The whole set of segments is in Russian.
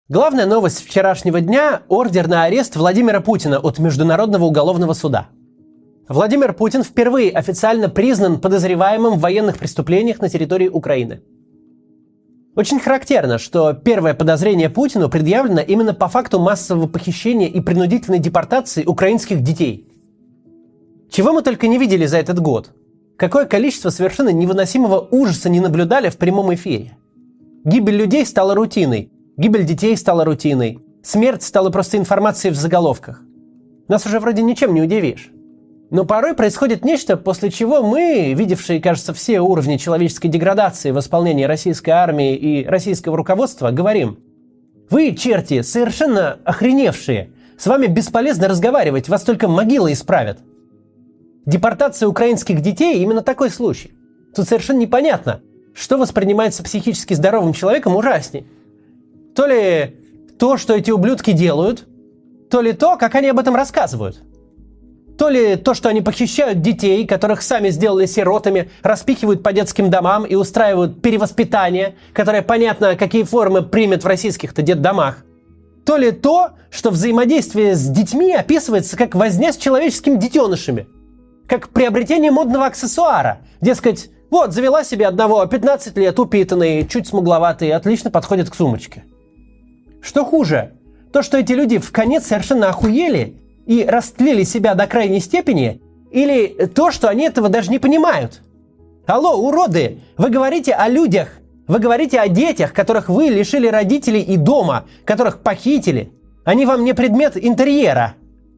Главная новость вчерашнего дня – ордер на арест Владимира Путина от Международного уголовного суда. Владимир Путин впервые официально признан подозреваемым в военных преступлениях на территории Украины. Очень характерно, что первое подозрение Путину предъявлено именно по факту массового похищения и принудительной депортации украинских детей. Чего мы только не видели за этот год. Какое количество совершенно невыносимого ужаса не наблюдали в прямом эфире. Гибель людей стала рутиной. Гибель детей стала рутиной. Смерть стала просто информацией в заголовках. Нас уже вроде ничем не удивишь. Но порой происходит нечто, после чего мы, видевшие, кажется, все уровни человеческой деградации в исполнении российской армии и российского руководства, говорим: вы, черти, совершенно охреневшие. С вами бесполезно разговаривать, вас только могила исправит. Депортация украинских детей – именно такой случай. Тут совершенно непонятно, что воспринимается психически здоровым человеком ужасней. То ли то, что эти ублюдки делают, то ли то, как они об этом рассказывают. То ли то, что они похищают детей, которых сами сделали сиротами, распихивают по детским домам и устраивают перевоспитание, которое понятно, какие формы примет в российских-то детдомах. То ли то, что взаимодействие с детьми описывается как возня с человеческими детенышами. Как приобретение модного аксессуара. Дескать, вот, завела себе одного, 15 лет, упитанный, чуть смугловатый, отлично подходит к сумочке. Что хуже? То, что эти люди вконец совершенно охуели и растлили себя до крайней степени, или то, что они этого даже не понимают? Алло, уроды! Вы говорите о людях, вы говорите о детях, которых вы лишили родителей и дома, которых похитили. Они вам не предмет интерьера.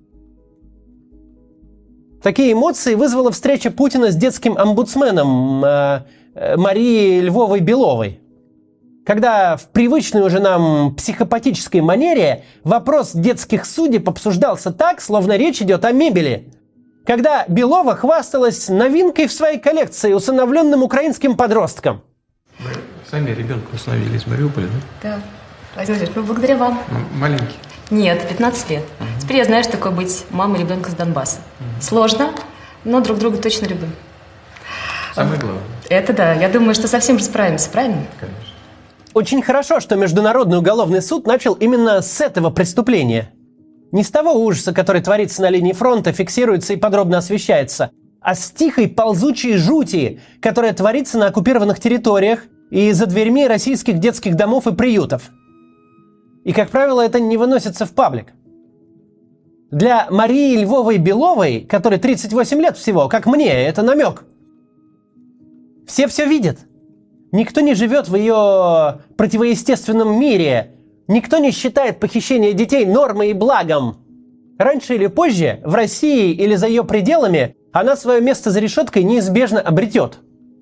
Такие эмоции вызвала встреча Путина с детским омбудсменом Марией Львовой-Беловой. Когда в привычной уже нам психопатической манере вопрос детских судеб обсуждался так, словно речь идет о мебели. Когда Белова хвасталась новинкой в своей коллекции усыновленным украинским подросткам. Вы сами ребенка усыновили из Мариуполя, да? Да. Владимир Ильич, благодаря вам. Маленький? Нет, 15 лет. Теперь я знаю, что такое быть мамой ребенка с Донбасса. Сложно, но друг друга точно любим. Самое главное. Это да. Я думаю, что совсем же справимся, правильно? Конечно. Очень хорошо, что Международный уголовный суд начал именно с этого преступления. Не с того ужаса, который творится на линии фронта, фиксируется и подробно освещается, а с тихой ползучей жути, которая творится на оккупированных территориях и за дверьми российских детских домов и приютов. И, как правило, это не выносится в паблик. Для Марии Львовой-Беловой, которой 38 лет всего, как мне, это намек. Все видят. Никто не живет в ее противоестественном мире. Никто не считает похищение детей нормой и благом. Раньше или позже, в России или за ее пределами, она свое место за решеткой неизбежно обретет.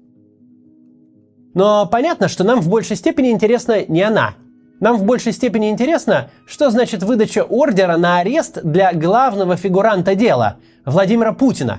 Но понятно, что нам в большей степени интересна не она. Нам в большей степени интересно, что значит выдача ордера на арест для главного фигуранта дела – Владимира Путина.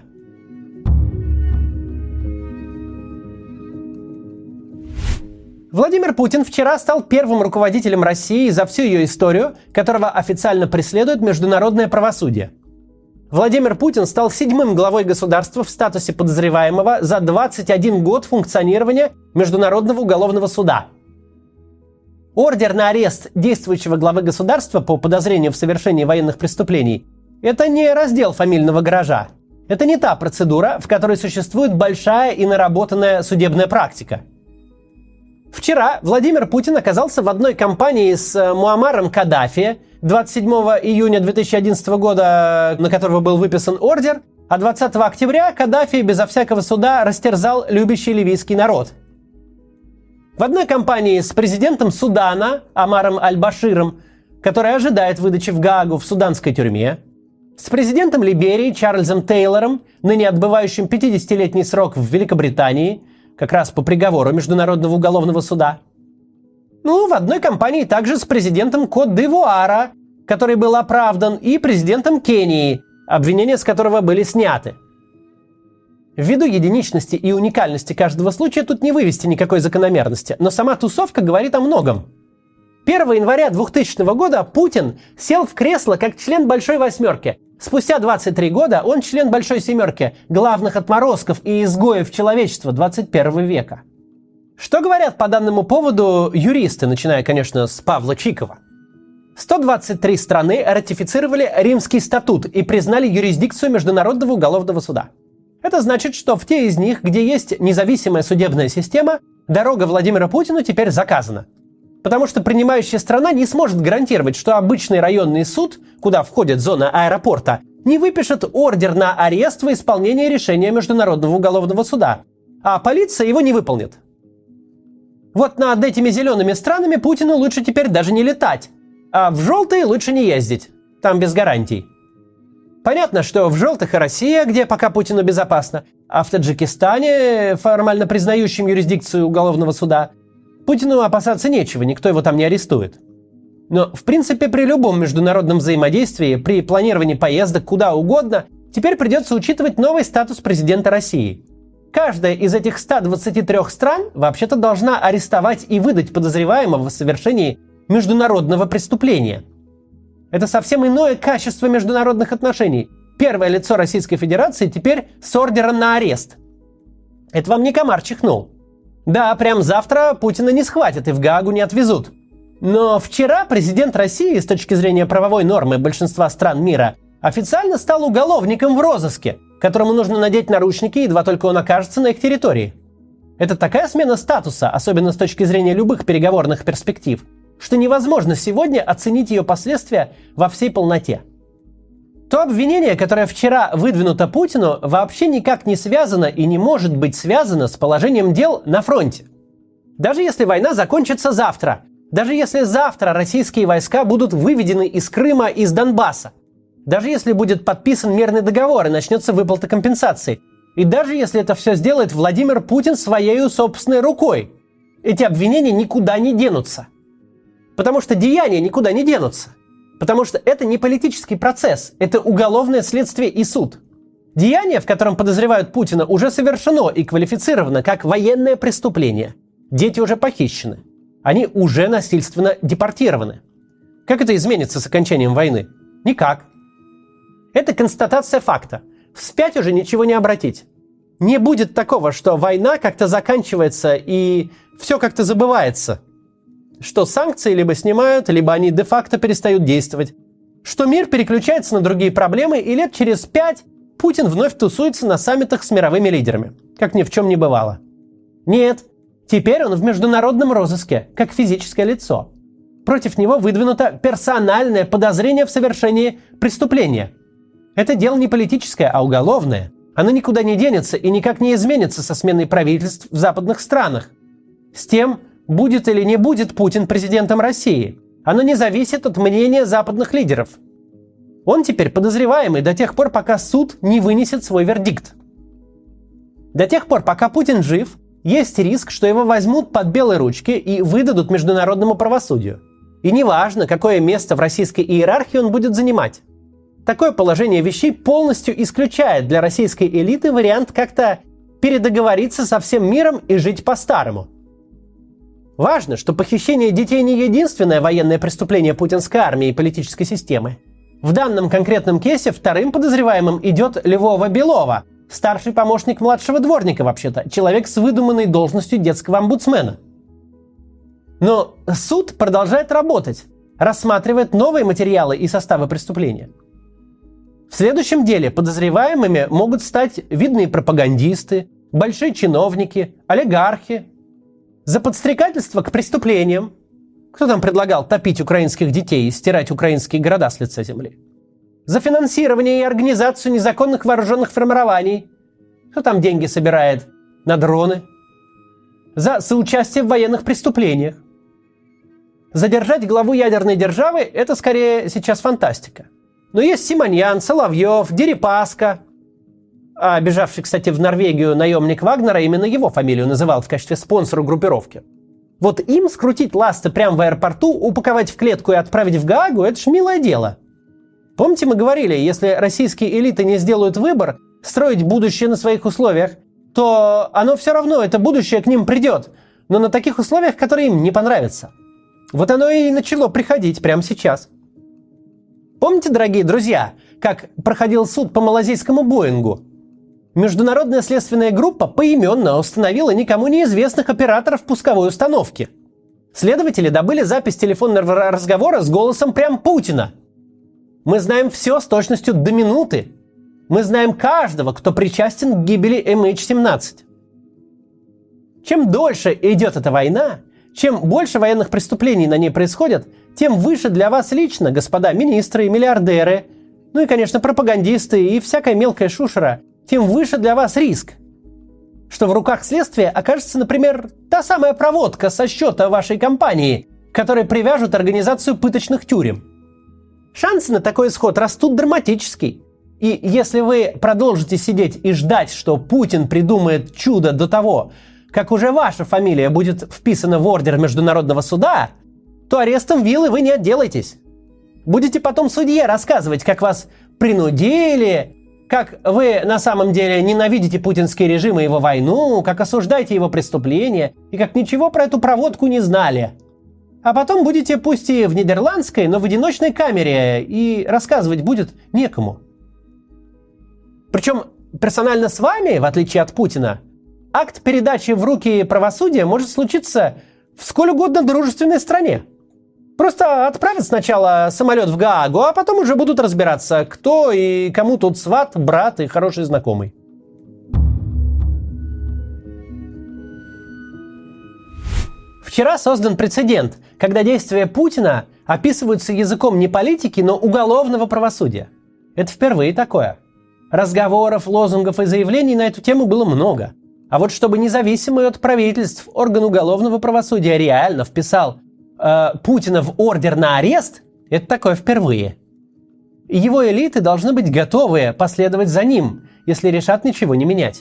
Владимир Путин вчера стал первым руководителем России за всю ее историю, которого официально преследует международное правосудие. Владимир Путин стал 7-м главой государства в статусе подозреваемого за 21 год функционирования Международного уголовного суда. Ордер на арест действующего главы государства по подозрению в совершении военных преступлений – это не раздел фамильного гаража. Это не та процедура, в которой существует большая и наработанная судебная практика. Вчера Владимир Путин оказался в одной компании с Муаммаром Каддафи 27 июня 2011 года, на которого был выписан ордер, а 20 октября Каддафи безо всякого суда растерзал любящий ливийский народ. В одной компании с президентом Судана Омаром Аль-Баширом, который ожидает выдачи в Гаагу в суданской тюрьме, с президентом Либерии Чарльзом Тейлором, ныне отбывающим 50-летний срок в Великобритании, как раз по приговору Международного уголовного суда. В одной компании также с президентом Кот-д'Ивуара, который был оправдан, и президентом Кении, обвинения с которого были сняты. Ввиду единичности и уникальности каждого случая тут не вывести никакой закономерности, но сама тусовка говорит о многом. 1 января 2000 года Путин сел в кресло как член Большой Восьмерки. Спустя 23 года он член Большой Семерки, главных отморозков и изгоев человечества 21 века. Что говорят по данному поводу юристы, начиная, конечно, с Павла Чикова? 123 страны ратифицировали Римский статут и признали юрисдикцию Международного уголовного суда. Это значит, что в те из них, где есть независимая судебная система, дорога Владимиру Путину теперь заказана. Потому что принимающая страна не сможет гарантировать, что обычный районный суд, куда входит зона аэропорта, не выпишет ордер на арест во исполнение решения Международного уголовного суда, а полиция его не выполнит. Вот над этими зелеными странами Путину лучше теперь даже не летать, а в желтые лучше не ездить, там без гарантий. Понятно, что в желтых и Россия, где пока Путину безопасно, а в Таджикистане, формально признающем юрисдикцию уголовного суда, Путину опасаться нечего, никто его там не арестует. Но, в принципе, при любом международном взаимодействии, при планировании поездок куда угодно, теперь придется учитывать новый статус президента России. Каждая из этих 123 стран вообще-то должна арестовать и выдать подозреваемого в совершении международного преступления. Это совсем иное качество международных отношений. Первое лицо Российской Федерации теперь с ордером на арест. Это вам не комар чихнул. Да, прям завтра Путина не схватят и в Гаагу не отвезут. Но вчера президент России, с точки зрения правовой нормы большинства стран мира, официально стал уголовником в розыске, которому нужно надеть наручники, едва только он окажется на их территории. Это такая смена статуса, особенно с точки зрения любых переговорных перспектив, что невозможно сегодня оценить ее последствия во всей полноте. То обвинение, которое вчера выдвинуто Путину, вообще никак не связано и не может быть связано с положением дел на фронте. Даже если война закончится завтра, даже если завтра российские войска будут выведены из Крыма, из Донбасса, даже если будет подписан мирный договор и начнется выплата компенсаций, и даже если это все сделает Владимир Путин своей собственной рукой, эти обвинения никуда не денутся. Потому что деяния никуда не денутся. Потому что это не политический процесс, это уголовное следствие и суд. Деяние, в котором подозревают Путина, уже совершено и квалифицировано как военное преступление. Дети уже похищены. Они уже насильственно депортированы. Как это изменится с окончанием войны? Никак. Это констатация факта. Вспять уже ничего не обратить. Не будет такого, что война как-то заканчивается и все как-то забывается. Что санкции либо снимают, либо они де-факто перестают действовать. Что мир переключается на другие проблемы, и лет через 5 Путин вновь тусуется на саммитах с мировыми лидерами, как ни в чем не бывало. Нет, теперь он в международном розыске, как физическое лицо. Против него выдвинуто персональное подозрение в совершении преступления. Это дело не политическое, а уголовное. Оно никуда не денется и никак не изменится со сменой правительств в западных странах. С тем, будет или не будет Путин президентом России, оно не зависит от мнения западных лидеров. Он теперь подозреваемый до тех пор, пока суд не вынесет свой вердикт. До тех пор, пока Путин жив, есть риск, что его возьмут под белые ручки и выдадут международному правосудию. И неважно, какое место в российской иерархии он будет занимать. Такое положение вещей полностью исключает для российской элиты вариант как-то передоговориться со всем миром и жить по-старому. Важно, что похищение детей не единственное военное преступление путинской армии и политической системы. В данном конкретном кейсе вторым подозреваемым идет Львова-Белова, старший помощник младшего дворника вообще-то, человек с выдуманной должностью детского омбудсмена. Но суд продолжает работать, рассматривает новые материалы и составы преступления. В следующем деле подозреваемыми могут стать видные пропагандисты, большие чиновники, олигархи. За подстрекательство к преступлениям. Кто там предлагал топить украинских детей и стирать украинские города с лица земли? За финансирование и организацию незаконных вооруженных формирований. Кто там деньги собирает на дроны? За соучастие в военных преступлениях. Задержать главу ядерной державы – это скорее сейчас фантастика. Но есть Симоньян, Соловьев, Дерипаска. А бежавший, кстати, в Норвегию наемник Вагнера именно его фамилию называл в качестве спонсора группировки. Вот им скрутить ласты прямо в аэропорту, упаковать в клетку и отправить в Гаагу – это ж милое дело. Помните, мы говорили, если российские элиты не сделают выбор строить будущее на своих условиях, то оно все равно, это будущее к ним придет, но на таких условиях, которые им не понравятся. Вот оно и начало приходить прямо сейчас. Помните, дорогие друзья, как проходил суд по малазийскому Боингу? Международная следственная группа поименно установила никому неизвестных операторов пусковой установки. Следователи добыли запись телефонного разговора с голосом прям Путина. Мы знаем все с точностью до минуты. Мы знаем каждого, кто причастен к гибели MH17. Чем дольше идет эта война, чем больше военных преступлений на ней происходит, тем выше для вас лично, господа министры и миллиардеры, ну и, конечно, пропагандисты и всякая мелкая шушера, тем выше для вас риск, что в руках следствия окажется, например, та самая проводка со счета вашей компании, к которой привяжут организацию пыточных тюрем. Шансы на такой исход растут драматически. И если вы продолжите сидеть и ждать, что Путин придумает чудо до того, как уже ваша фамилия будет вписана в ордер Международного суда, то арестом виллы вы не отделаетесь. Будете потом судье рассказывать, как вас принудили, как вы на самом деле ненавидите путинский режим и его войну, как осуждаете его преступления и как ничего про эту проводку не знали. А потом будете пусть и в нидерландской, но в одиночной камере, и рассказывать будет некому. Причем персонально с вами, в отличие от Путина, акт передачи в руки правосудия может случиться в сколь угодно дружественной стране. Просто отправят сначала самолет в Гаагу, а потом уже будут разбираться, кто и кому тут сват, брат и хороший знакомый. Вчера создан прецедент, когда действия Путина описываются языком не политики, но уголовного правосудия. Это впервые такое. Разговоров, лозунгов и заявлений на эту тему было много. А вот чтобы независимый от правительств орган уголовного правосудия реально вписал Путина в ордер на арест, это такое впервые. И его элиты должны быть готовы последовать за ним, если решат ничего не менять.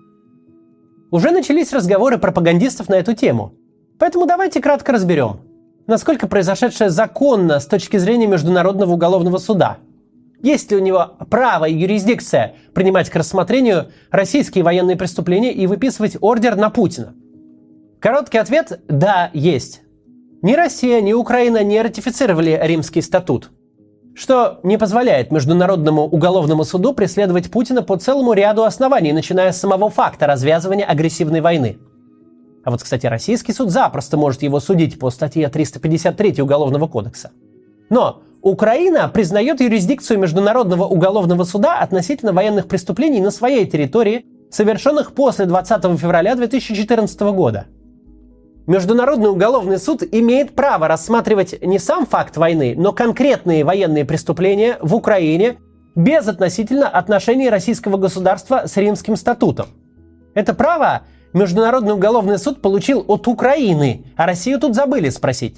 Уже начались разговоры пропагандистов на эту тему. Поэтому давайте кратко разберем, насколько произошедшее законно с точки зрения Международного уголовного суда. Есть ли у него право и юрисдикция принимать к рассмотрению российские военные преступления и выписывать ордер на Путина? Короткий ответ – да, есть. Ни Россия, ни Украина не ратифицировали Римский статут, что не позволяет Международному уголовному суду преследовать Путина по целому ряду оснований, начиная с самого факта развязывания агрессивной войны. А вот, кстати, российский суд запросто может его судить по статье 353 Уголовного кодекса. Но Украина признает юрисдикцию Международного уголовного суда относительно военных преступлений на своей территории, совершенных после 20 февраля 2014 года. Международный уголовный суд имеет право рассматривать не сам факт войны, но конкретные военные преступления в Украине без относительно отношений российского государства с Римским статутом. Это право Международный уголовный суд получил от Украины, а Россию тут забыли спросить.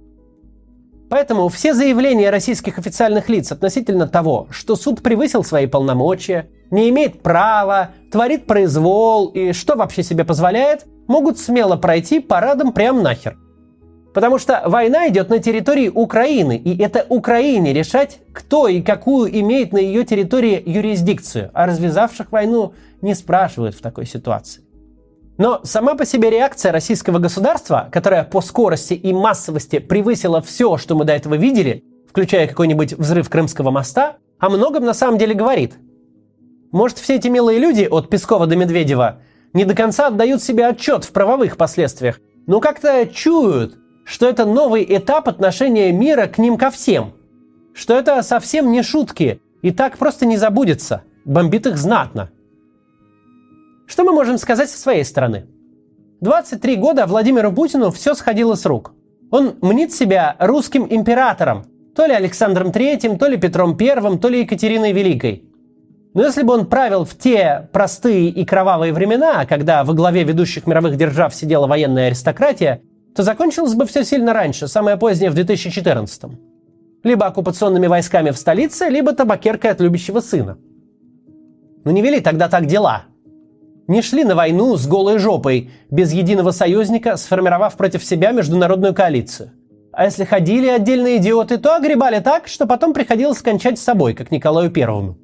Поэтому все заявления российских официальных лиц относительно того, что суд превысил свои полномочия, не имеет права, творит произвол и что вообще себе позволяет, могут смело пройти парадом прям нахер. Потому что война идет на территории Украины, и это Украине решать, кто и какую имеет на ее территории юрисдикцию, а развязавших войну не спрашивают в такой ситуации. Но сама по себе реакция российского государства, которая по скорости и массовости превысила все, что мы до этого видели, включая какой-нибудь взрыв Крымского моста, о многом на самом деле говорит. Может, все эти милые люди от Пескова до Медведева не до конца отдают себе отчет в правовых последствиях, но как-то чуют, что это новый этап отношения мира к ним ко всем. Что это совсем не шутки, и так просто не забудется, бомбит их знатно. Что мы можем сказать со своей стороны? 23 года Владимиру Путину все сходило с рук. Он мнит себя русским императором, то ли Александром III, то ли Петром I, то ли Екатериной Великой. Но если бы он правил в те простые и кровавые времена, когда во главе ведущих мировых держав сидела военная аристократия, то закончилось бы все сильно раньше, самое позднее в 2014-м. Либо оккупационными войсками в столице, либо табакеркой от любящего сына. Но не вели тогда так дела. Не шли на войну с голой жопой, без единого союзника, сформировав против себя международную коалицию. А если ходили отдельные идиоты, то огребали так, что потом приходилось кончать с собой, как Николаю Первому.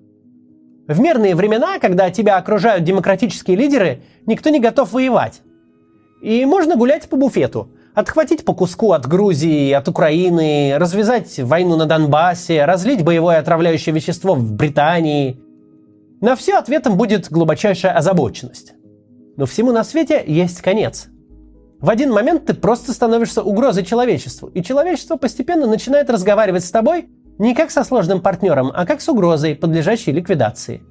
В мирные времена, когда тебя окружают демократические лидеры, никто не готов воевать. И можно гулять по буфету, отхватить по куску от Грузии, от Украины, развязать войну на Донбассе, разлить боевое отравляющее вещество в Британии. На все ответом будет глубочайшая озабоченность. Но всему на свете есть конец. В один момент ты просто становишься угрозой человечеству, и человечество постепенно начинает разговаривать с тобой не как со сложным партнером, а как с угрозой, подлежащей ликвидации.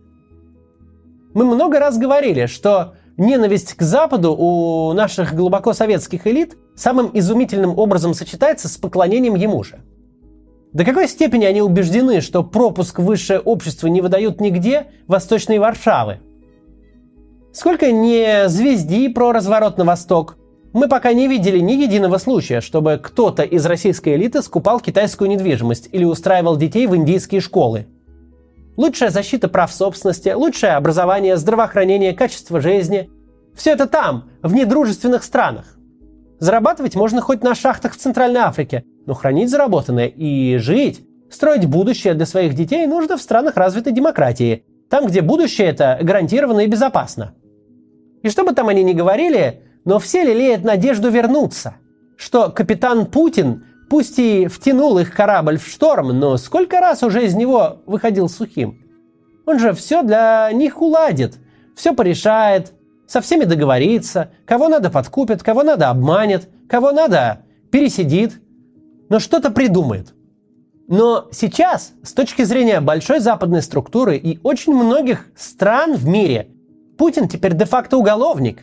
Мы много раз говорили, что ненависть к Западу у наших глубоко советских элит самым изумительным образом сочетается с поклонением ему же. До какой степени они убеждены, что пропуск в высшее общество не выдают нигде восточной Варшавы? Сколько не звезди про разворот на восток, мы пока не видели ни единого случая, чтобы кто-то из российской элиты скупал китайскую недвижимость или устраивал детей в индийские школы. Лучшая защита прав собственности, лучшее образование, здравоохранение, качество жизни – все это там, в недружественных странах. Зарабатывать можно хоть на шахтах в Центральной Африке, но хранить заработанное и жить, строить будущее для своих детей нужно в странах развитой демократии, там, где будущее это гарантировано и безопасно. И что бы там они ни говорили, но все лелеют надежду вернуться, что капитан Путин пусть и втянул их корабль в шторм, но сколько раз уже из него выходил сухим? Он же все для них уладит, все порешает, со всеми договорится, кого надо подкупит, кого надо обманет, кого надо пересидит, но что-то придумает. Но сейчас, с точки зрения большой западной структуры и очень многих стран в мире, Путин теперь де-факто уголовник.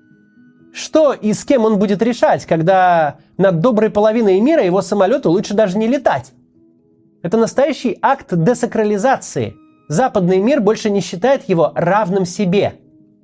Что и с кем он будет решать, когда над доброй половиной мира его самолету лучше даже не летать? Это настоящий акт десакрализации. Западный мир больше не считает его равным себе.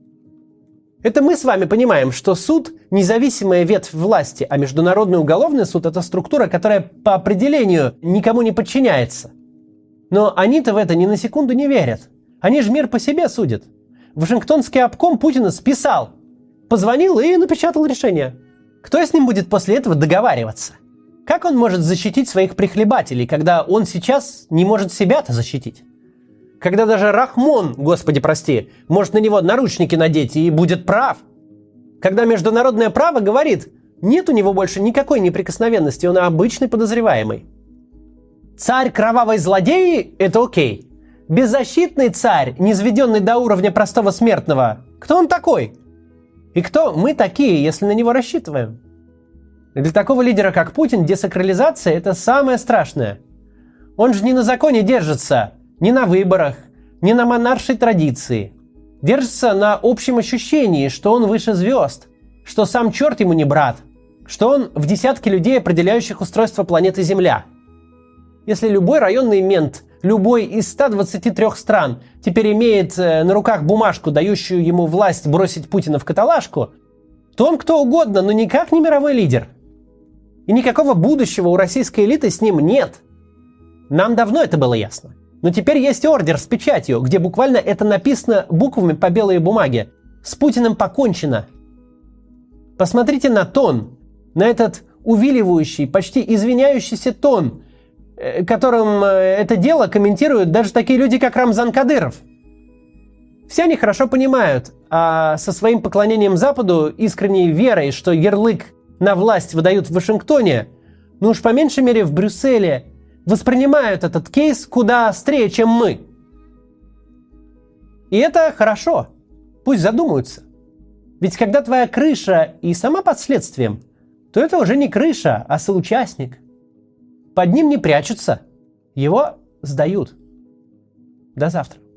Это мы с вами понимаем, что суд – независимая ветвь власти, а Международный уголовный суд – это структура, которая по определению никому не подчиняется. Но они-то в это ни на секунду не верят. Они же мир по себе судят. Вашингтонский обком Путина списал. Позвонил и напечатал решение. Кто с ним будет после этого договариваться? Как он может защитить своих прихлебателей, когда он сейчас не может себя-то защитить? Когда даже Рахмон, господи прости, может на него наручники надеть и будет прав? Когда международное право говорит, нет у него больше никакой неприкосновенности, он обычный подозреваемый. Царь кровавой злодеи – это окей. Беззащитный царь, низведенный до уровня простого смертного, кто он такой? И кто мы такие, если на него рассчитываем? Для такого лидера, как Путин, десакрализация – это самое страшное. Он же не на законе держится, ни на выборах, ни на монаршей традиции. Держится на общем ощущении, что он выше звезд, что сам черт ему не брат, что он в десятке людей, определяющих устройство планеты Земля. Если любой районный мент, любой из 123 стран теперь имеет на руках бумажку, дающую ему власть бросить Путина в каталажку, то он кто угодно, но никак не мировой лидер. И никакого будущего у российской элиты с ним нет. Нам давно это было ясно. Но теперь есть ордер с печатью, где буквально это написано буквами по белой бумаге. С Путиным покончено. Посмотрите на тон, на этот увиливающий, почти извиняющийся тон, которым это дело комментируют даже такие люди, как Рамзан Кадыров. Все они хорошо понимают, а со своим поклонением Западу, искренней верой, что ярлык на власть выдают в Вашингтоне, ну уж по меньшей мере в Брюсселе, воспринимают этот кейс куда острее, чем мы. И это хорошо. Пусть задумаются. Ведь когда твоя крыша и сама под следствием, то это уже не крыша, а соучастник. Под ним не прячутся. Его сдают. До завтра.